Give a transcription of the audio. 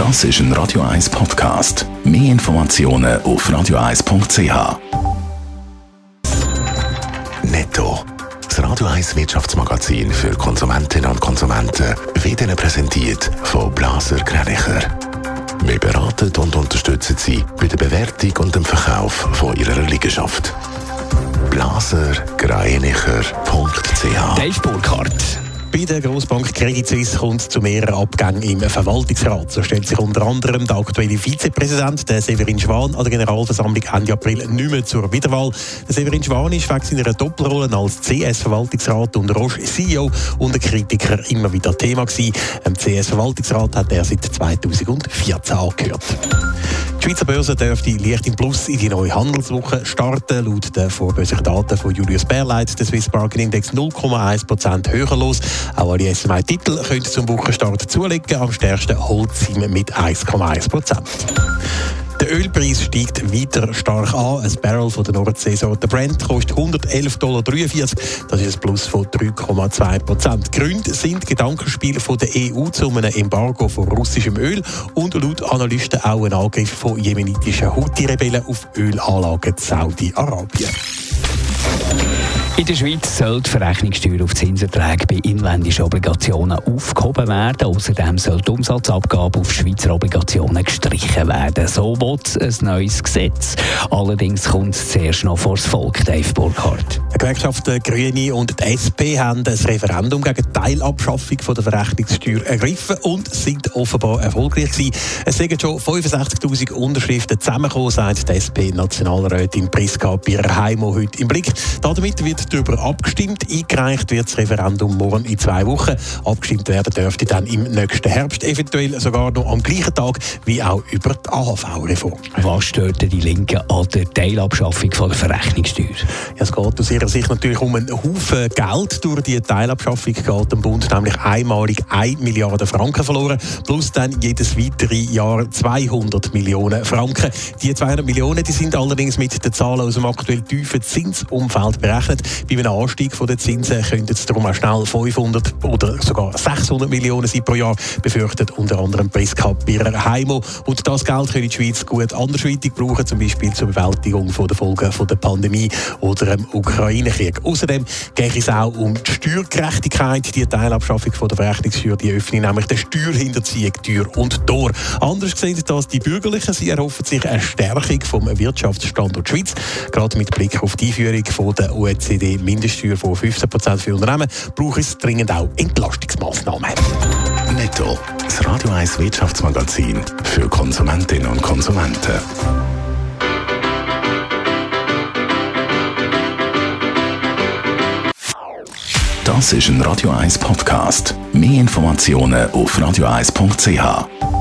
Das ist ein Radio 1 Podcast. Mehr Informationen auf radio1.ch. Netto. Das Radio 1 Wirtschaftsmagazin für Konsumentinnen und Konsumenten wird Ihnen präsentiert von Blaser Greinicher. Wir beraten und unterstützen Sie bei der Bewertung und dem Verkauf von Ihrer Liegenschaft. blasergreinicher.ch. Dave Burkhardt. Bei der Grossbank Credit Suisse kommt es zu mehreren Abgängen im Verwaltungsrat. So stellt sich unter anderem der aktuelle Vizepräsident, der Severin Schwan, an der Generalversammlung Ende April nicht mehr zur Wiederwahl. Der Severin Schwan ist wegen seiner Doppelrolle als CS-Verwaltungsrat und Roche CEO unter Kritikern immer wieder Thema gewesen. Im CS-Verwaltungsrat hat er seit 2014 angehört. Die Schweizer Börse dürfte leicht im Plus in die neue Handelswoche starten. Laut den vorbörslichen Daten von Julius Baer leitet der Swiss Market Index 0,1% höher los. Auch alle SMI-Titel können zum Wochenstart zulegen. Am stärksten Holcim mit 1,1%. Der Ölpreis steigt weiter stark an. Ein Barrel von der Nordseesorte Brent kostet $111,43. Das ist ein Plus von 3,2%. Gründe sind Gedankenspiele von der EU zu einem Embargo von russischem Öl und laut Analysten auch ein Angriff von jemenitischen Houthi-Rebellen auf Ölanlagen in Saudi-Arabien. In der Schweiz soll die Verrechnungssteuer auf Zinserträge bei inländischen Obligationen aufgehoben werden. Außerdem soll die Umsatzabgabe auf Schweizer Obligationen gestrichen werden. So will ein neues Gesetz. Allerdings kommt es zuerst noch vor das Volk, Dave Burkhardt. Die Gewerkschaften Grüne und die SP haben ein Referendum gegen die Teilabschaffung von der Verrechnungssteuer ergriffen und sind offenbar erfolgreich gewesen. Es sind schon 65'000 Unterschriften zusammengekommen, sagt die SP-Nationalrätin Priska Birr-Heimo heute im Blick. Damit wird darüber abgestimmt. Eingereicht wird das Referendum morgen in 2 Wochen. Abgestimmt werden dürfte dann im nächsten Herbst, eventuell sogar noch am gleichen Tag wie auch über die AHV-Reform. Was stört die Linken an der Teilabschaffung von der Verrechnungssteuer? Ja, es geht aus ihrer Sicht natürlich um einen Haufen Geld. Durch die Teilabschaffung geht dem Bund nämlich einmalig 1 Milliarde Franken verloren, plus dann jedes weitere Jahr 200 Millionen Franken. Die 200 Millionen die sind allerdings mit den Zahlen aus dem aktuell tiefen Zinsumfeld berechnet. Bei einem Anstieg der Zinsen könnten es darum auch schnell 500 oder sogar 600 Millionen sein pro Jahr, befürchtet unter anderem Priska Birr-Heimo. Und das Geld könnte die Schweiz gut andersweitig brauchen, zum Beispiel zur Bewältigung der Folgen der Pandemie oder dem Ukraine-Krieg. Außerdem geht es auch um die Steuergerechtigkeit. Die Teilabschaffung von der Verrechnungssteuer, die öffnet nämlich der Steuerhinterziehung Tür und Tor. Anders sehen das die Bürgerlichen. Sie erhoffen sich eine Stärkung vom Wirtschaftsstandort Schweiz. Gerade mit Blick auf die Einführung von der OECD-Mindeststeuer von 15% für Unternehmen braucht es dringend auch Entlastungsmaßnahmen. Netto. Das Radio 1 Wirtschaftsmagazin für Konsumentinnen und Konsumenten. Das ist ein Radio 1 Podcast. Mehr Informationen auf radio1.ch.